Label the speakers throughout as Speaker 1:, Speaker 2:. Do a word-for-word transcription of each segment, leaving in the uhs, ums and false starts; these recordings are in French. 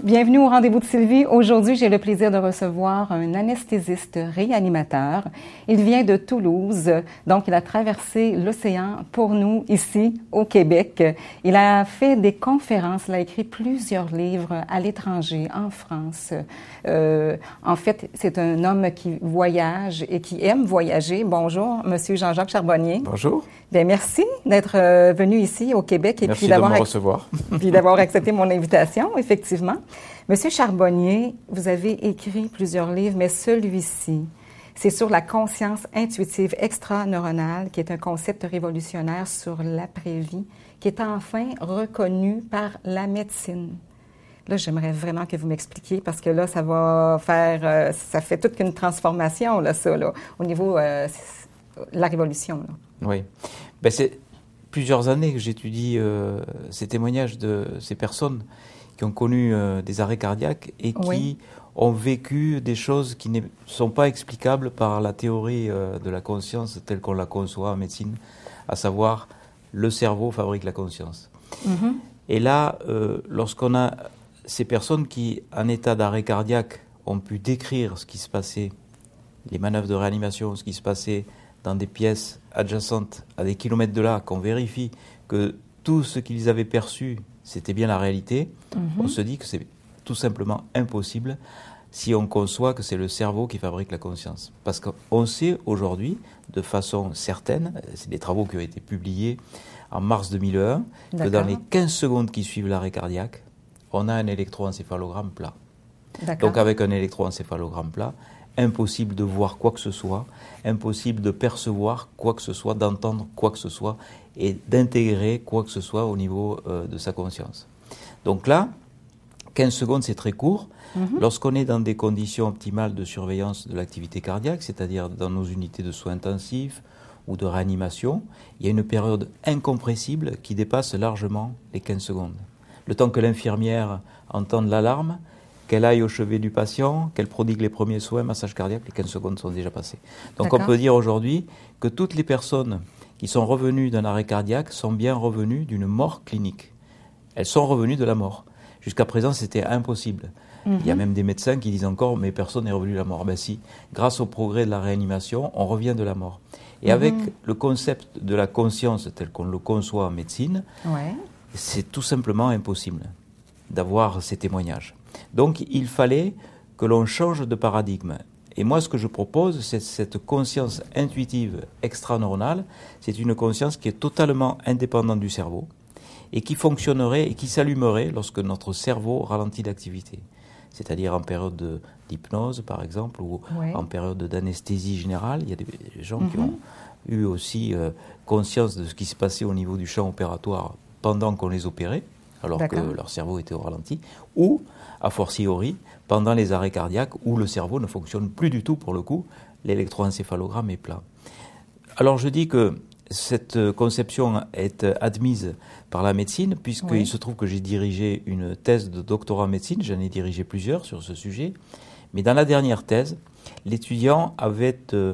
Speaker 1: Bienvenue au Rendez-vous de Sylvie. Aujourd'hui, j'ai le plaisir de recevoir un anesthésiste réanimateur. Il vient de Toulouse, donc il a traversé l'océan pour nous ici au Québec. Il a fait des conférences, il a écrit plusieurs livres à l'étranger, en France. Euh, en fait, c'est un homme qui voyage et qui aime voyager. Bonjour, Monsieur Jean-Jacques Charbonnier.
Speaker 2: Bonjour.
Speaker 1: Bien, merci d'être euh, venu ici au Québec et
Speaker 2: merci
Speaker 1: puis d'avoir
Speaker 2: de me recevoir.
Speaker 1: puis d'avoir accepté mon invitation, effectivement. Monsieur Charbonnier, vous avez écrit plusieurs livres, mais celui-ci, c'est sur la conscience intuitive extraneuronale, qui est un concept révolutionnaire sur l'après-vie, qui est enfin reconnu par la médecine. Là, j'aimerais vraiment que vous m'expliquiez, parce que là, ça va faire, euh, ça fait toute une transformation, là, ça, là, au niveau euh, de la révolution, là.
Speaker 2: Oui. Ben, c'est plusieurs années que j'étudie euh, ces témoignages de ces personnes qui ont connu euh, des arrêts cardiaques et qui oui. ont vécu des choses qui ne sont pas explicables par la théorie euh, de la conscience telle qu'on la conçoit en médecine, à savoir le cerveau fabrique la conscience. Mm-hmm. Et là, euh, lorsqu'on a ces personnes qui, en état d'arrêt cardiaque, ont pu décrire ce qui se passait, les manœuvres de réanimation, ce qui se passait dans des pièces adjacentes à des kilomètres de là, qu'on vérifie que tout ce qu'ils avaient perçu, c'était bien la réalité, mm-hmm. on se dit que c'est tout simplement impossible si on conçoit que c'est le cerveau qui fabrique la conscience. Parce qu'on sait aujourd'hui, de façon certaine, c'est des travaux qui ont été publiés en mars deux mille un, D'accord. que dans les quinze secondes qui suivent l'arrêt cardiaque, on a un électroencéphalogramme plat. D'accord. Donc avec un électroencéphalogramme plat, impossible de voir quoi que ce soit, impossible de percevoir quoi que ce soit, d'entendre quoi que ce soit et d'intégrer quoi que ce soit au niveau euh, de sa conscience. Donc là, quinze secondes, c'est très court. Mm-hmm. Lorsqu'on est dans des conditions optimales de surveillance de l'activité cardiaque, c'est-à-dire dans nos unités de soins intensifs ou de réanimation, il y a une période incompressible qui dépasse largement les quinze secondes. Le temps que l'infirmière entende l'alarme, qu'elle aille au chevet du patient, qu'elle prodigue les premiers soins, massage cardiaque, les quinze secondes sont déjà passées. Donc D'accord. on peut dire aujourd'hui que toutes les personnes qui sont revenues d'un arrêt cardiaque sont bien revenues d'une mort clinique. Elles sont revenues de la mort. Jusqu'à présent, c'était impossible. Mm-hmm. Il y a même des médecins qui disent encore « mais personne n'est revenu de la mort ». Ben si, grâce au progrès de la réanimation, on revient de la mort. Et mm-hmm. avec le concept de la conscience tel qu'on le conçoit en médecine, ouais. c'est tout simplement impossible d'avoir ces témoignages. Donc, il fallait que l'on change de paradigme. Et moi, ce que je propose, c'est cette conscience intuitive extraneuronale. C'est une conscience qui est totalement indépendante du cerveau et qui fonctionnerait et qui s'allumerait lorsque notre cerveau ralentit d'activité. C'est-à-dire en période de, d'hypnose, par exemple, ou oui. en période d'anesthésie générale. Il y a des gens mm-hmm. qui ont eu aussi euh, conscience de ce qui se passait au niveau du champ opératoire pendant qu'on les opérait, alors D'accord. que leur cerveau était au ralenti, ou a fortiori, pendant les arrêts cardiaques où le cerveau ne fonctionne plus du tout pour le coup, l'électroencéphalogramme est plat. Alors je dis que cette conception est admise par la médecine, puisqu'il oui. se trouve que j'ai dirigé une thèse de doctorat en médecine, j'en ai dirigé plusieurs sur ce sujet, mais dans la dernière thèse, l'étudiant avait euh,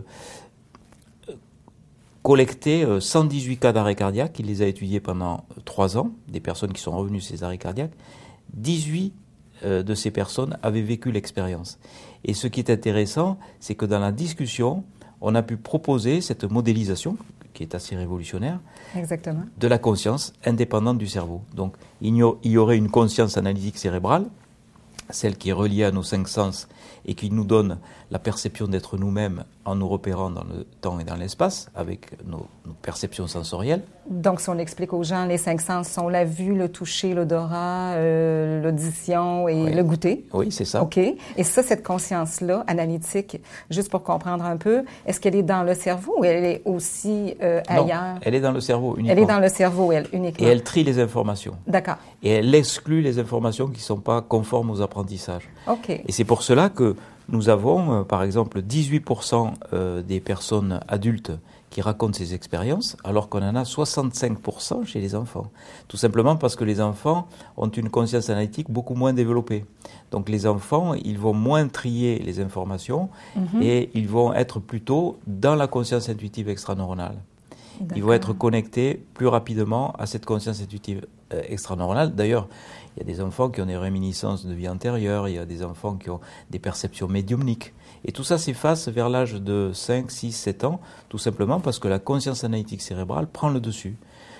Speaker 2: collecté cent dix-huit cas d'arrêt cardiaque, il les a étudiés pendant trois ans, des personnes qui sont revenues de ces arrêts cardiaques, dix-huit de ces personnes avaient vécu l'expérience. Et ce qui est intéressant, c'est que dans la discussion, on a pu proposer cette modélisation, qui est assez révolutionnaire, Exactement. de la conscience indépendante du cerveau. Donc, il y aurait une conscience analytique cérébrale, celle qui est reliée à nos cinq sens et qui nous donne la perception d'être nous-mêmes en nous repérant dans le temps et dans l'espace avec nos, nos perceptions sensorielles.
Speaker 1: Donc, si on explique aux gens, les cinq sens sont la vue, le toucher, l'odorat, euh, l'audition et
Speaker 2: oui.
Speaker 1: le goûter.
Speaker 2: Oui, c'est ça.
Speaker 1: OK. Et ça, cette conscience-là, analytique, juste pour comprendre un peu, est-ce qu'elle est dans le cerveau ou elle est aussi euh, ailleurs?
Speaker 2: Non, elle est dans le cerveau uniquement.
Speaker 1: Elle est dans le cerveau, elle, uniquement.
Speaker 2: Et elle trie les informations.
Speaker 1: D'accord.
Speaker 2: Et elle exclut les informations qui ne sont pas conformes aux apprentissages.
Speaker 1: OK.
Speaker 2: Et c'est pour cela que nous avons, euh, par exemple, dix-huit pour cent euh, des personnes adultes qui racontent ces expériences, alors qu'on en a soixante-cinq pour cent chez les enfants. Tout simplement parce que les enfants ont une conscience analytique beaucoup moins développée. Donc les enfants, ils vont moins trier les informations mm-hmm. et ils vont être plutôt dans la conscience intuitive extraneuronale. D'accord. Ils vont être connectés plus rapidement à cette conscience intuitive euh, extraneuronale. D'ailleurs, il y a des enfants qui ont des réminiscences de vie antérieure, il y a des enfants qui ont des perceptions médiumniques. Et tout ça s'efface vers l'âge de cinq, six, sept ans, tout simplement parce que la conscience analytique cérébrale prend le dessus.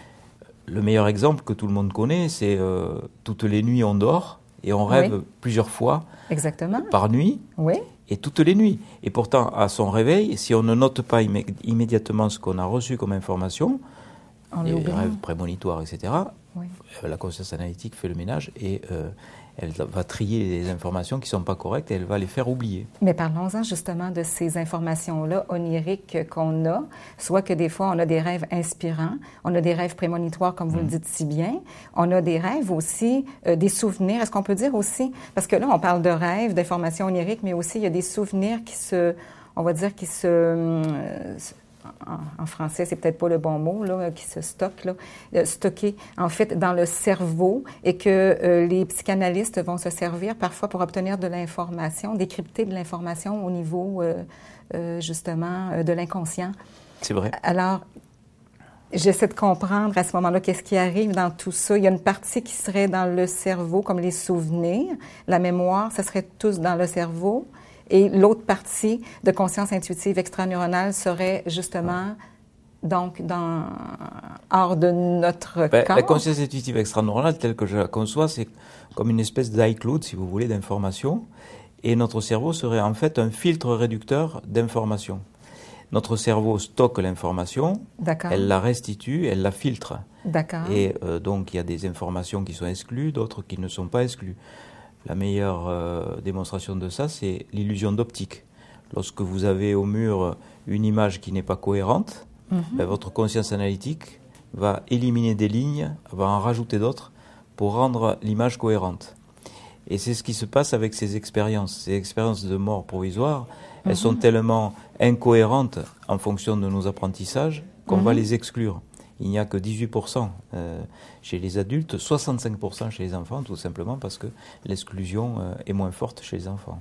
Speaker 2: Le meilleur exemple que tout le monde connaît, c'est euh, toutes les nuits on dort et on rêve oui. plusieurs fois
Speaker 1: Exactement.
Speaker 2: par nuit.
Speaker 1: Oui.
Speaker 2: Et toutes les nuits. Et pourtant, à son réveil, si on ne note pas immé- immédiatement ce qu'on a reçu comme information, on les rêves prémonitoires, et cetera, oui. euh, la conscience analytique fait le ménage et euh, elle va trier les informations qui ne sont pas correctes et elle va les faire oublier.
Speaker 1: Mais parlons-en justement de ces informations-là oniriques qu'on a, soit que des fois on a des rêves inspirants, on a des rêves prémonitoires comme vous mmh. le dites si bien, on a des rêves aussi, euh, des souvenirs, est-ce qu'on peut dire aussi, parce que là on parle de rêves, d'informations oniriques, mais aussi il y a des souvenirs qui se, on va dire qui se... Euh, En, en français, c'est peut-être pas le bon mot, là, qui se stocke, là, euh, stocké, en fait, dans le cerveau et que euh, les psychanalystes vont se servir parfois pour obtenir de l'information, décrypter de l'information au niveau, euh, euh, justement, euh, de l'inconscient.
Speaker 2: C'est vrai.
Speaker 1: Alors, j'essaie de comprendre à ce moment-là qu'est-ce qui arrive dans tout ça. Il y a une partie qui serait dans le cerveau, comme les souvenirs, la mémoire, ça serait tous dans le cerveau. Et l'autre partie de conscience intuitive extraneuronale serait justement donc dans, hors de notre
Speaker 2: ben,
Speaker 1: corps.
Speaker 2: La conscience intuitive extraneuronale, telle que je la conçois, c'est comme une espèce d'iCloud, si vous voulez, d'informations. Et notre cerveau serait en fait un filtre réducteur d'informations. Notre cerveau stocke l'information, elle la restitue, elle la filtre.
Speaker 1: D'accord.
Speaker 2: Et euh, donc il y a des informations qui sont exclues, d'autres qui ne sont pas exclues. La meilleure euh, démonstration de ça, c'est l'illusion d'optique. Lorsque vous avez au mur une image qui n'est pas cohérente, mm-hmm. ben, votre conscience analytique va éliminer des lignes, va en rajouter d'autres pour rendre l'image cohérente. Et c'est ce qui se passe avec ces expériences. Ces expériences de mort provisoire, mm-hmm. elles sont tellement incohérentes en fonction de nos apprentissages qu'on mm-hmm. va les exclure. Il n'y a que dix-huit pour cent euh, chez les adultes, soixante-cinq pour cent chez les enfants, tout simplement parce que l'exclusion euh, est moins forte chez les enfants.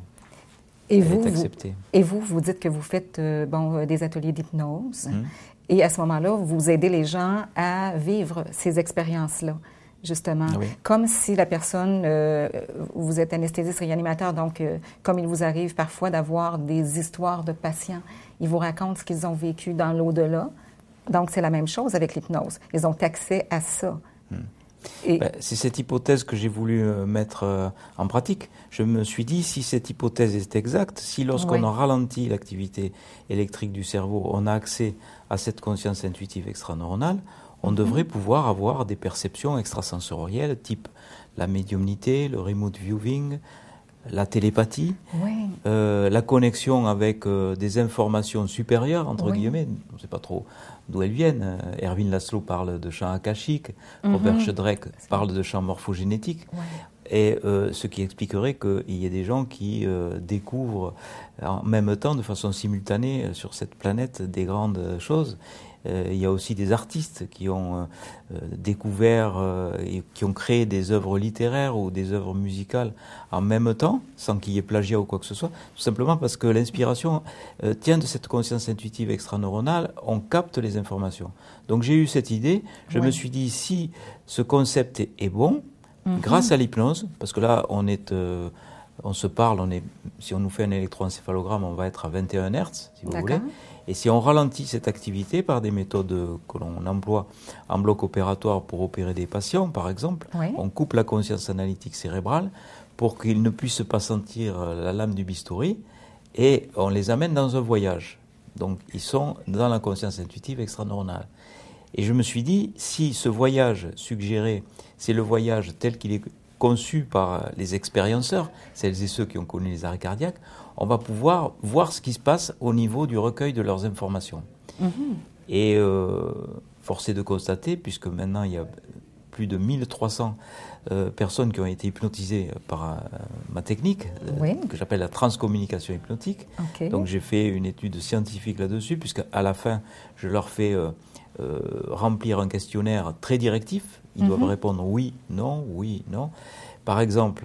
Speaker 1: Et
Speaker 2: Elle
Speaker 1: vous,
Speaker 2: est acceptée.
Speaker 1: Vous, et vous, vous dites que vous faites euh, bon, des ateliers d'hypnose. Mmh. Et à ce moment-là, vous aidez les gens à vivre ces expériences-là, justement. Oui. Comme si la personne, euh, vous êtes anesthésiste réanimateur, donc euh, comme il vous arrive parfois d'avoir des histoires de patients, ils vous racontent ce qu'ils ont vécu dans l'au-delà. Donc, c'est la même chose avec l'hypnose. Ils ont accès à ça.
Speaker 2: Hmm. Et... Ben, c'est cette hypothèse que j'ai voulu euh, mettre euh, en pratique. Je me suis dit, si cette hypothèse est exacte, si lorsqu'on oui. a ralenti l'activité électrique du cerveau, on a accès à cette conscience intuitive extraneuronale, on mm-hmm. devrait pouvoir avoir des perceptions extrasensorielles, type la médiumnité, le remote viewing, la télépathie,
Speaker 1: oui.
Speaker 2: euh, la connexion avec euh, des informations supérieures, entre oui. guillemets, on ne sait pas trop d'où elles viennent. Erwin Laszlo parle de champs akashiques, mm-hmm. Robert Sheldrake parle de champs morphogénétiques, oui. et euh, ce qui expliquerait qu'il y ait des gens qui euh, découvrent en même temps, de façon simultanée, sur cette planète, des grandes choses. Euh, il y a aussi des artistes qui ont euh, découvert euh, et qui ont créé des œuvres littéraires ou des œuvres musicales en même temps, sans qu'il y ait plagiat ou quoi que ce soit, tout simplement parce que l'inspiration euh, tient de cette conscience intuitive extraneuronale, on capte les informations. Donc j'ai eu cette idée, je ouais. me suis dit, si ce concept est, est bon, mm-hmm. grâce à l'hypnose, parce que là on est... Euh, on se parle, on est, si on nous fait un électroencéphalogramme, on va être à vingt et un hertz, si vous
Speaker 1: D'accord.
Speaker 2: voulez. Et si on ralentit cette activité par des méthodes que l'on emploie en bloc opératoire pour opérer des patients, par exemple,
Speaker 1: oui.
Speaker 2: on coupe la conscience analytique cérébrale pour qu'ils ne puissent pas sentir la lame du bistouri et on les amène dans un voyage. Donc, ils sont dans la conscience intuitive extraneuronale. Et je me suis dit, si ce voyage suggéré, c'est le voyage tel qu'il est conçu par les expérienceurs, celles et ceux qui ont connu les arrêts cardiaques, on va pouvoir voir ce qui se passe au niveau du recueil de leurs informations. Mmh. Et euh, force est de constater, puisque maintenant il y a plus de mille trois cents euh, personnes qui ont été hypnotisées par euh, ma technique,
Speaker 1: oui.
Speaker 2: euh, que j'appelle la transcommunication hypnotique.
Speaker 1: Okay.
Speaker 2: Donc j'ai fait une étude scientifique là-dessus, puisqu'à la fin, je leur fais euh, euh, remplir un questionnaire très directif. Ils mm-hmm. doivent répondre oui, non, oui, non. Par exemple,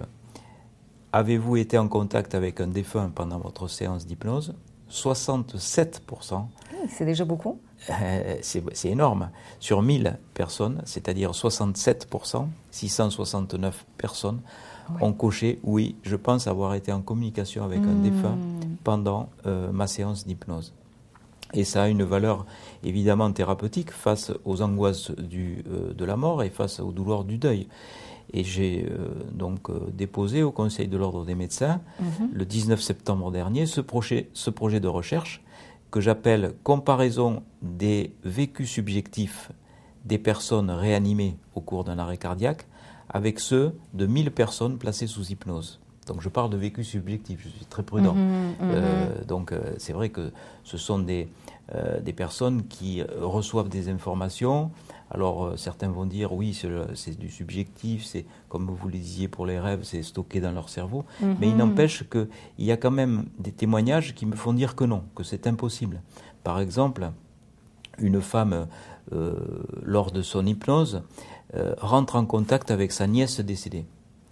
Speaker 2: avez-vous été en contact avec un défunt pendant votre séance d'hypnose ? soixante-sept pour cent
Speaker 1: c'est déjà beaucoup.
Speaker 2: Euh, c'est, c'est énorme. Sur mille personnes, c'est-à-dire soixante-sept pour cent, six cent soixante-neuf personnes oui. ont coché « Oui, je pense avoir été en communication avec mmh. un défunt pendant euh, ma séance d'hypnose ». Et ça a une valeur évidemment thérapeutique face aux angoisses du, euh, de la mort et face aux douleurs du deuil. Et j'ai euh, donc euh, déposé au Conseil de l'Ordre des médecins, mmh. le dix-neuf septembre dernier, ce projet, ce projet de recherche que j'appelle « Comparaison des vécus subjectifs des personnes réanimées au cours d'un arrêt cardiaque avec ceux de mille personnes placées sous hypnose ». Donc je parle de vécu subjectif, je suis très prudent. Mmh, mmh. Euh, donc euh, c'est vrai que ce sont des, euh, des personnes qui reçoivent des informations. Alors euh, certains vont dire oui, c'est, le, c'est du subjectif, c'est comme vous le disiez pour les rêves, c'est stocké dans leur cerveau. Mmh. Mais il n'empêche qu'il y a quand même des témoignages qui me font dire que non, que c'est impossible. Par exemple, une femme, euh, lors de son hypnose, euh, rentre en contact avec sa nièce décédée.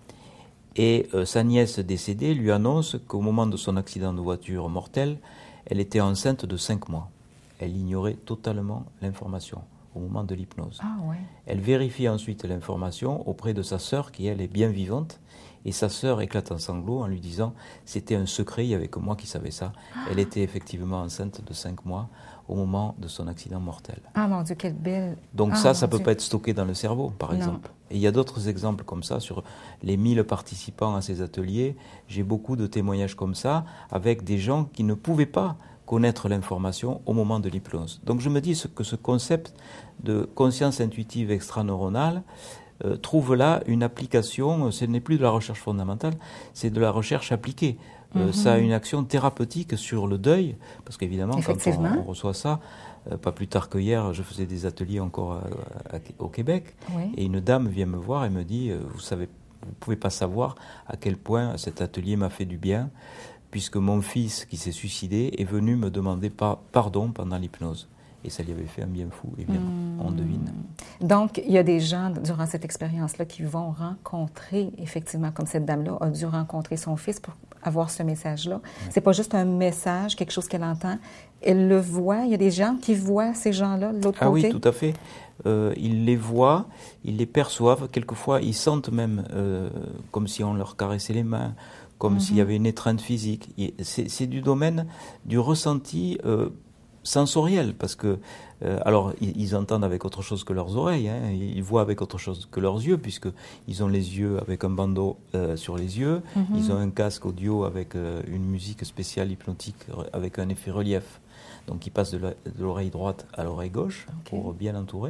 Speaker 2: Et euh, sa nièce décédée lui annonce qu'au moment de son accident de voiture mortel, elle était enceinte de cinq mois. Elle ignorait totalement l'information au moment de l'hypnose.
Speaker 1: Ah, ouais.
Speaker 2: Elle vérifie ensuite l'information auprès de sa sœur qui, elle, est bien vivante. Et sa sœur éclate en sanglots en lui disant « C'était un secret, il n'y avait que moi qui savais ça. Ah. » Elle était effectivement enceinte de cinq mois au moment de son accident mortel.
Speaker 1: Ah mon Dieu, quelle belle...
Speaker 2: Donc
Speaker 1: ah,
Speaker 2: ça, ça ne peut
Speaker 1: Dieu.
Speaker 2: pas être stocké dans le cerveau, par
Speaker 1: non.
Speaker 2: exemple. Et il y a d'autres exemples comme ça sur les mille participants à ces ateliers. J'ai beaucoup de témoignages comme ça avec des gens qui ne pouvaient pas connaître l'information au moment de l'hypnose. Donc je me dis que ce concept de conscience intuitive extraneuronale euh, trouve là une application. Ce n'est plus de la recherche fondamentale, c'est de la recherche appliquée. Euh, mm-hmm. Ça a une action thérapeutique sur le deuil, parce qu'évidemment, quand on, on reçoit ça, euh, pas plus tard que hier, je faisais des ateliers encore à, à, au Québec,
Speaker 1: oui.
Speaker 2: et une dame vient me voir et me dit, euh, vous savez, vous ne pouvez pas savoir à quel point cet atelier m'a fait du bien, puisque mon fils qui s'est suicidé est venu me demander par, pardon pendant l'hypnose. Et ça lui avait fait un bien fou, évidemment, mmh. on devine.
Speaker 1: Donc, il y a des gens, durant cette expérience-là, qui vont rencontrer, effectivement, comme cette dame-là a dû rencontrer son fils pour avoir ce message-là. Mmh. C'est pas juste un message, quelque chose qu'elle entend. Elle le voit. Il y a des gens qui voient ces gens-là de l'autre
Speaker 2: ah
Speaker 1: côté.
Speaker 2: Ah oui, tout à fait. Euh, ils les voient, ils les perçoivent. Quelquefois, ils sentent même euh, comme si on leur caressait les mains, comme mmh. s'il y avait une étreinte physique. C'est, c'est du domaine du ressenti euh, sensoriel, parce que, euh, alors, ils, ils entendent avec autre chose que leurs oreilles, hein, ils voient avec autre chose que leurs yeux, puisqu'ils ont les yeux avec un bandeau euh, sur les yeux, mm-hmm. ils ont un casque audio avec euh, une musique spéciale hypnotique, avec un effet relief, donc ils passent de, la, de l'oreille droite à l'oreille gauche, okay. pour bien l'entourer.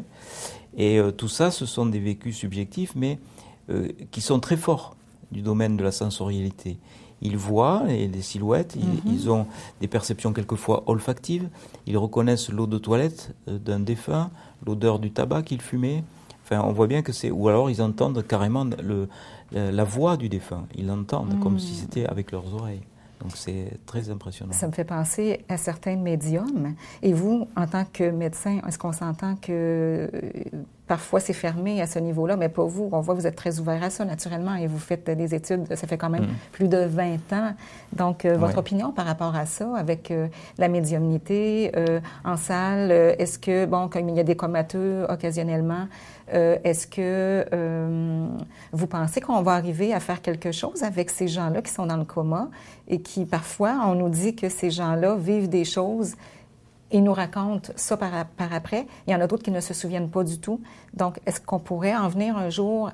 Speaker 2: Et euh, tout ça, ce sont des vécus subjectifs, mais euh, qui sont très forts du domaine de la sensorialité. Ils voient les, les silhouettes, ils, mm-hmm. ils ont des perceptions quelquefois olfactives, ils reconnaissent l'eau de toilette d'un défunt, l'odeur du tabac qu'il fumait. Enfin, on voit bien que c'est... Ou alors ils entendent carrément le, la voix du défunt, ils l'entendent mm. comme si c'était avec leurs oreilles. Donc c'est très impressionnant.
Speaker 1: Ça me fait penser à certains médiums. Et vous, en tant que médecin, est-ce qu'on s'entend que parfois c'est fermé à ce niveau-là, mais pas vous? On voit que vous êtes très ouvert à ça, naturellement, et vous faites des études, ça fait quand même mmh. plus de vingt ans. Donc, euh, votre ouais. opinion par rapport à ça, avec euh, la médiumnité euh, en salle, euh, est-ce que, bon, comme il y a des comateux occasionnellement, euh, est-ce que euh, vous pensez qu'on va arriver à faire quelque chose avec ces gens-là qui sont dans le coma et qui, parfois, on nous dit que ces gens-là vivent des choses et nous racontent ça par, par après. Il y en a d'autres qui ne se souviennent pas du tout. Donc, est-ce qu'on pourrait en venir un jour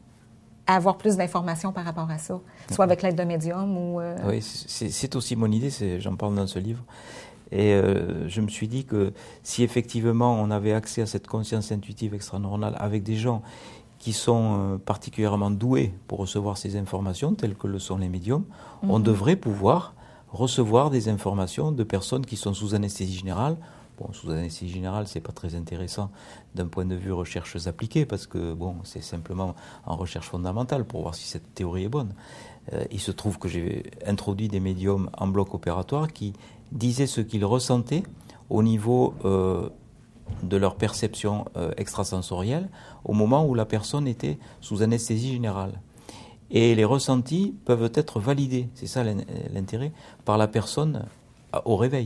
Speaker 1: à avoir plus d'informations par rapport à ça, soit avec l'aide d'un médium ou... Euh...
Speaker 2: Oui, c'est, c'est aussi mon idée, c'est, j'en parle dans ce livre. Et euh, je me suis dit que si effectivement on avait accès à cette conscience intuitive extraneuronale avec des gens qui sont euh, particulièrement doués pour recevoir ces informations, telles que le sont les médiums, mm-hmm. on devrait pouvoir recevoir des informations de personnes qui sont sous anesthésie générale. Bon, sous anesthésie générale, c'est pas très intéressant d'un point de vue recherches appliquées, parce que bon, c'est simplement en recherche fondamentale pour voir si cette théorie est bonne. Euh, il se trouve que j'ai introduit des médiums en bloc opératoire qui disaient ce qu'ils ressentaient au niveau euh, de leur perception euh, extrasensorielle au moment où la personne était sous anesthésie générale. Et les ressentis peuvent être validés, c'est ça l'intérêt, par la personne au réveil.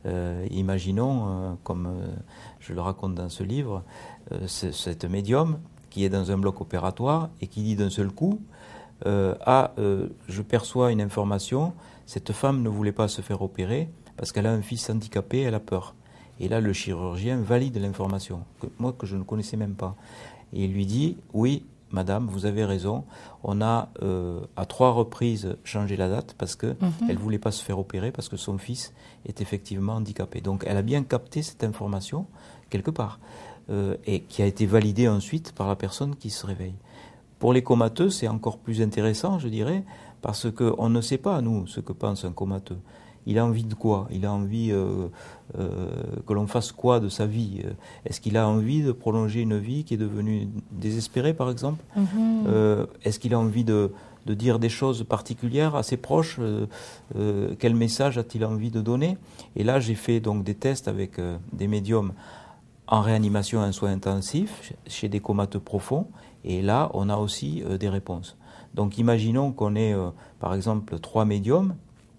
Speaker 2: Euh, imaginons, euh, comme euh, je le raconte dans ce livre, euh, cette médium qui est dans un bloc opératoire et qui dit d'un seul coup euh, « Ah, euh, je perçois une information, cette femme ne voulait pas se faire opérer parce qu'elle a un fils handicapé, elle a peur. » Et là, le chirurgien valide l'information, que, moi que je ne connaissais même pas. Et il lui dit « Oui, madame, vous avez raison, on a euh, à trois reprises changé la date parce qu'elle mm-hmm. ne voulait pas se faire opérer parce que son fils est effectivement handicapé. » Donc elle a bien capté cette information quelque part euh, et qui a été validée ensuite par la personne qui se réveille. Pour les comateux, c'est encore plus intéressant, je dirais, parce qu'on ne sait pas, nous, ce que pense un comateux. Il a envie de quoi? Il a envie euh, euh, que l'on fasse quoi de sa vie? Est-ce qu'il a envie de prolonger une vie qui est devenue désespérée, par exemple? mm-hmm. euh, Est-ce qu'il a envie de, de dire des choses particulières à ses proches? euh, euh, Quel message a-t-il envie de donner? Et là, j'ai fait donc des tests avec euh, des médiums en réanimation en soins intensifs, chez des comateux profonds, et là, on a aussi euh, des réponses. Donc, imaginons qu'on ait, euh, par exemple, trois médiums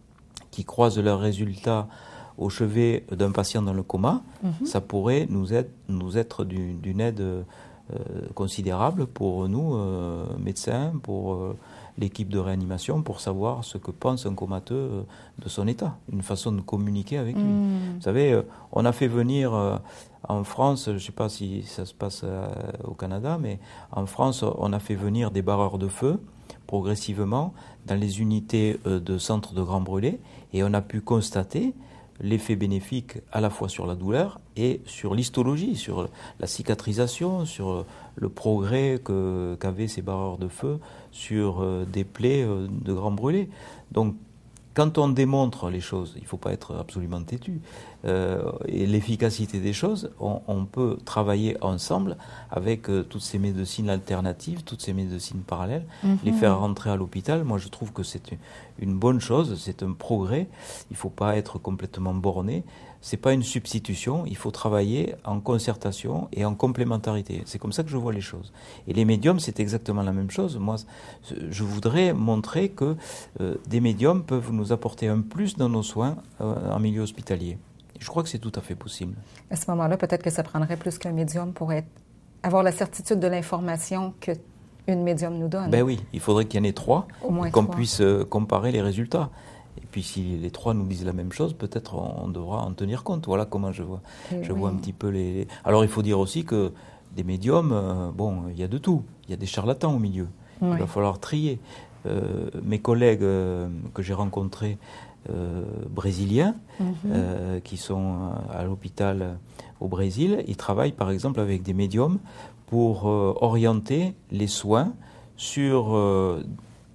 Speaker 2: qui croisent leurs résultats au chevet d'un patient dans le coma, mm-hmm. ça pourrait nous être, nous être d'une, d'une aide euh, considérable pour nous, euh, médecins, pour euh, l'équipe de réanimation, pour savoir ce que pense un comateux euh, de son état, une façon de communiquer avec lui. Mm. Vous savez, euh, on a fait venir euh, en France, je ne sais pas si ça se passe euh, au Canada, mais en France, on a fait venir des barreurs de feu progressivement dans les unités euh, de centres de grands brûlés, et on a pu constater l'effet bénéfique à la fois sur la douleur et sur l'histologie, sur la cicatrisation, sur le progrès que, qu'avaient ces barreurs de feu sur euh, des plaies euh, de grands brûlés. Donc, quand on démontre les choses, il ne faut pas être absolument têtu, euh, et l'efficacité des choses, on, on peut travailler ensemble avec euh, toutes ces médecines alternatives, toutes ces médecines parallèles, mm-hmm. les faire rentrer à l'hôpital. Moi, je trouve que c'est une, une bonne chose, c'est un progrès. Il ne faut pas être complètement borné. Ce n'est pas une substitution, il faut travailler en concertation et en complémentarité. C'est comme ça que je vois les choses. Et les médiums, c'est exactement la même chose. Moi, je voudrais montrer que euh, des médiums peuvent nous apporter un plus dans nos soins euh, en milieu hospitalier. Je crois que c'est tout à fait possible. À
Speaker 1: ce moment-là, peut-être que ça prendrait plus qu'un médium pour être, avoir la certitude de l'information qu'une médium nous donne.
Speaker 2: Ben oui, il faudrait qu'il y en ait trois,
Speaker 1: au moins
Speaker 2: qu'on
Speaker 1: trois.
Speaker 2: puisse euh, comparer les résultats. Et puis si les trois nous disent la même chose, peut-être on devra en tenir compte. Voilà comment je vois, je oui. vois un petit peu les... Alors il faut dire aussi que des médiums, euh, bon, il y a de tout. Il y a des charlatans au milieu. Oui. Il va falloir trier. Euh, mes collègues euh, que j'ai rencontrés, euh, brésiliens, mm-hmm. euh, qui sont à l'hôpital au Brésil, ils travaillent par exemple avec des médiums pour euh, orienter les soins sur... Euh,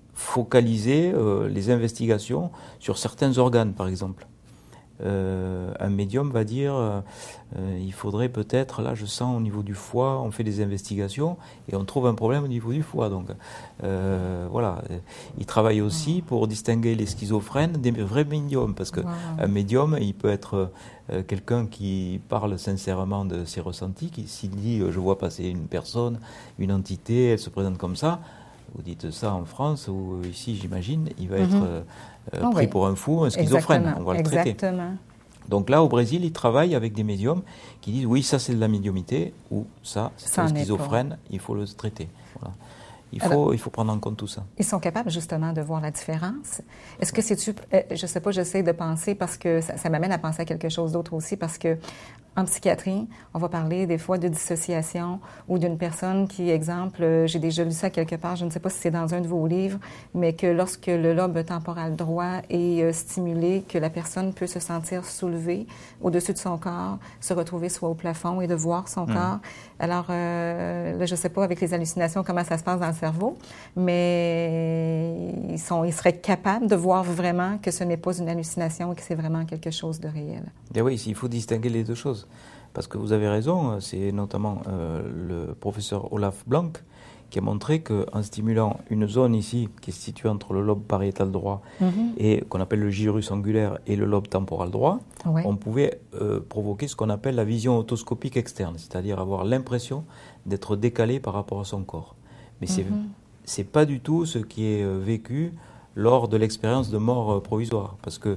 Speaker 2: focaliser euh, les investigations sur certains organes, par exemple. Euh, un médium va dire euh, euh, il faudrait peut-être, là je sens au niveau du foie, on fait des investigations et on trouve un problème au niveau du foie. Donc euh, voilà, il travaille aussi pour distinguer les schizophrènes des vrais médiums, parce que wow. un médium, il peut être euh, quelqu'un qui parle sincèrement de ses ressentis, qui s'il dit euh, je vois passer une personne, une entité, elle se présente comme ça. Vous dites ça en France, ou ici, j'imagine, il va mm-hmm. être euh, oh, pris oui. pour un fou, un schizophrène.
Speaker 1: Exactement.
Speaker 2: On va le
Speaker 1: Exactement.
Speaker 2: traiter. Donc là, au Brésil, ils travaillent avec des médiums qui disent oui, ça c'est de la médiumité, ou ça c'est ça un schizophrène, il faut le traiter. Voilà. Il faut, Alors, il faut prendre en compte tout ça.
Speaker 1: Ils sont capables justement de voir la différence. Est-ce que c'est-tu, euh, je ne sais pas, j'essaie de penser parce que ça, ça m'amène à penser à quelque chose d'autre aussi, parce que en psychiatrie, on va parler des fois de dissociation ou d'une personne qui, exemple, euh, j'ai déjà lu ça quelque part, je ne sais pas si c'est dans un de vos livres, mais que lorsque le lobe temporal droit est euh, stimulé, que la personne peut se sentir soulevée au-dessus de son corps, se retrouver soit au plafond et de voir son mmh. corps. Alors, euh, là, je ne sais pas avec les hallucinations comment ça se passe dans le cerveau, mais ils, sont, ils seraient capables de voir vraiment que ce n'est pas une hallucination et que c'est vraiment quelque chose de réel.
Speaker 2: Et oui, il faut distinguer les deux choses. Parce que vous avez raison, c'est notamment euh, le professeur Olaf Blank qui a montré qu'en stimulant une zone ici qui est située entre le lobe pariétal droit mm-hmm. et qu'on appelle le gyrus angulaire et le lobe temporal droit, ouais. on pouvait euh, provoquer ce qu'on appelle la vision otoscopique externe, c'est-à-dire avoir l'impression d'être décalé par rapport à son corps. Mais mm-hmm. c'est, c'est pas du tout ce qui est vécu lors de l'expérience de mort provisoire, parce que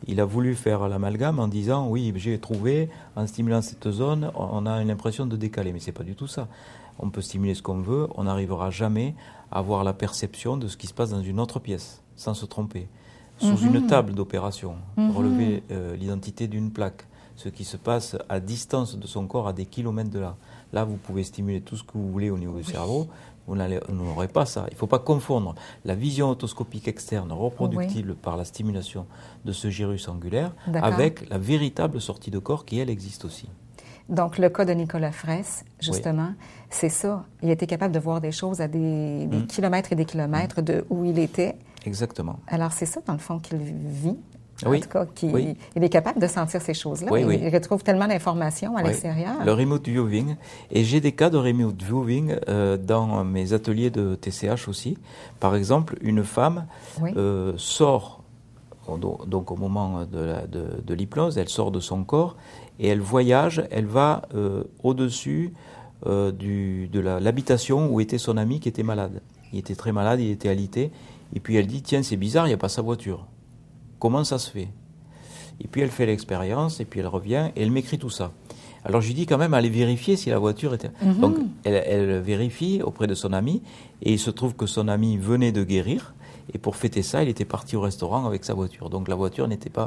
Speaker 2: il a voulu faire l'amalgame en disant oui, j'ai trouvé, en stimulant cette zone, on a l'impression de décaler. Mais ce n'est pas du tout ça. On peut stimuler ce qu'on veut, on n'arrivera jamais à avoir la perception de ce qui se passe dans une autre pièce, sans se tromper. Sous mm-hmm. une table d'opération, mm-hmm. relever euh, l'identité d'une plaque, ce qui se passe à distance de son corps, à des kilomètres de là. Là, vous pouvez stimuler tout ce que vous voulez au niveau oui. du cerveau, vous n'aurez pas ça. Il ne faut pas confondre la vision otoscopique externe reproductible oui. par la stimulation de ce gyrus angulaire avec la véritable sortie de corps qui, elle, existe aussi.
Speaker 1: Donc, le cas de Nicolas Fraisse, justement, oui. c'est ça. Il était capable de voir des choses à des, des mmh. kilomètres et des kilomètres mmh. de où il était.
Speaker 2: Exactement.
Speaker 1: Alors, c'est ça, dans le fond, qu'il vit. En
Speaker 2: oui.
Speaker 1: tout cas, qu'il,
Speaker 2: oui.
Speaker 1: il est capable de sentir ces choses-là.
Speaker 2: Oui,
Speaker 1: il,
Speaker 2: oui.
Speaker 1: il retrouve tellement d'informations à
Speaker 2: oui.
Speaker 1: l'extérieur.
Speaker 2: Le remote viewing. Et j'ai des cas de remote viewing euh, dans mes ateliers de T C H aussi. Par exemple, une femme oui. euh, sort, donc au moment de, la, de, de l'hypnose, elle sort de son corps et elle voyage, elle va euh, au-dessus euh, du, de la, l'habitation où était son ami qui était malade. Il était très malade, il était alité. Et puis elle dit, tiens, c'est bizarre, il n'y a pas sa voiture. Comment ça se fait? Et puis elle fait l'expérience, et puis elle revient, et elle m'écrit tout ça. Alors je lui dis quand même, allez vérifier si la voiture était... Mm-hmm. Donc elle, elle vérifie auprès de son ami, et il se trouve que son ami venait de guérir, et pour fêter ça, il était parti au restaurant avec sa voiture. Donc la voiture n'était pas...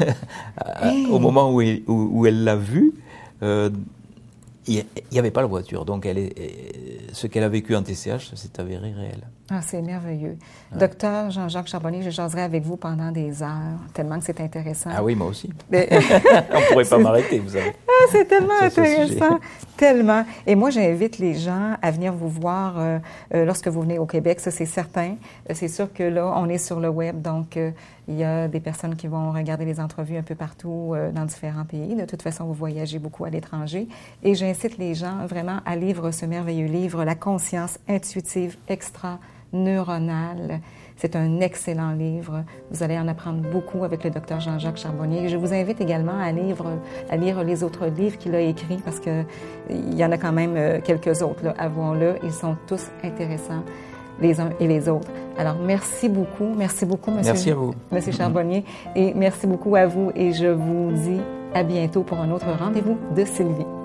Speaker 2: Ah. hey. Au moment où, il, où, où elle l'a vue, euh, il n'y avait pas la voiture. Donc elle est, ce qu'elle a vécu en T C H, c'est avéré réel.
Speaker 1: Ah, c'est merveilleux. Ouais. Docteur Jean-Jacques Charbonnier, je jaserai avec vous pendant des heures, tellement que c'est intéressant.
Speaker 2: Ah oui, moi aussi. Mais... On ne pourrait pas m'arrêter, vous savez.
Speaker 1: Ah, c'est tellement ça, intéressant, tellement. Et moi, j'invite les gens à venir vous voir euh, euh, lorsque vous venez au Québec, ça c'est certain. Euh, c'est sûr que là, on est sur le web, donc euh, il y a des personnes qui vont regarder les entrevues un peu partout euh, dans différents pays. De toute façon, vous voyagez beaucoup à l'étranger. Et j'incite les gens vraiment à lire ce merveilleux livre, La conscience intuitive extra-neuronale. C'est un excellent livre. Vous allez en apprendre beaucoup avec le docteur Jean-Jacques Charbonnier. Je vous invite également à lire, à lire les autres livres qu'il a écrits parce qu'il y en a quand même quelques autres, là, avouons-le. Ils sont tous intéressants, les uns et les autres. Alors, merci beaucoup. Merci beaucoup, monsieur,
Speaker 2: merci à vous.
Speaker 1: monsieur Charbonnier. Et merci beaucoup à vous. Et je vous dis à bientôt pour un autre rendez-vous de Sylvie.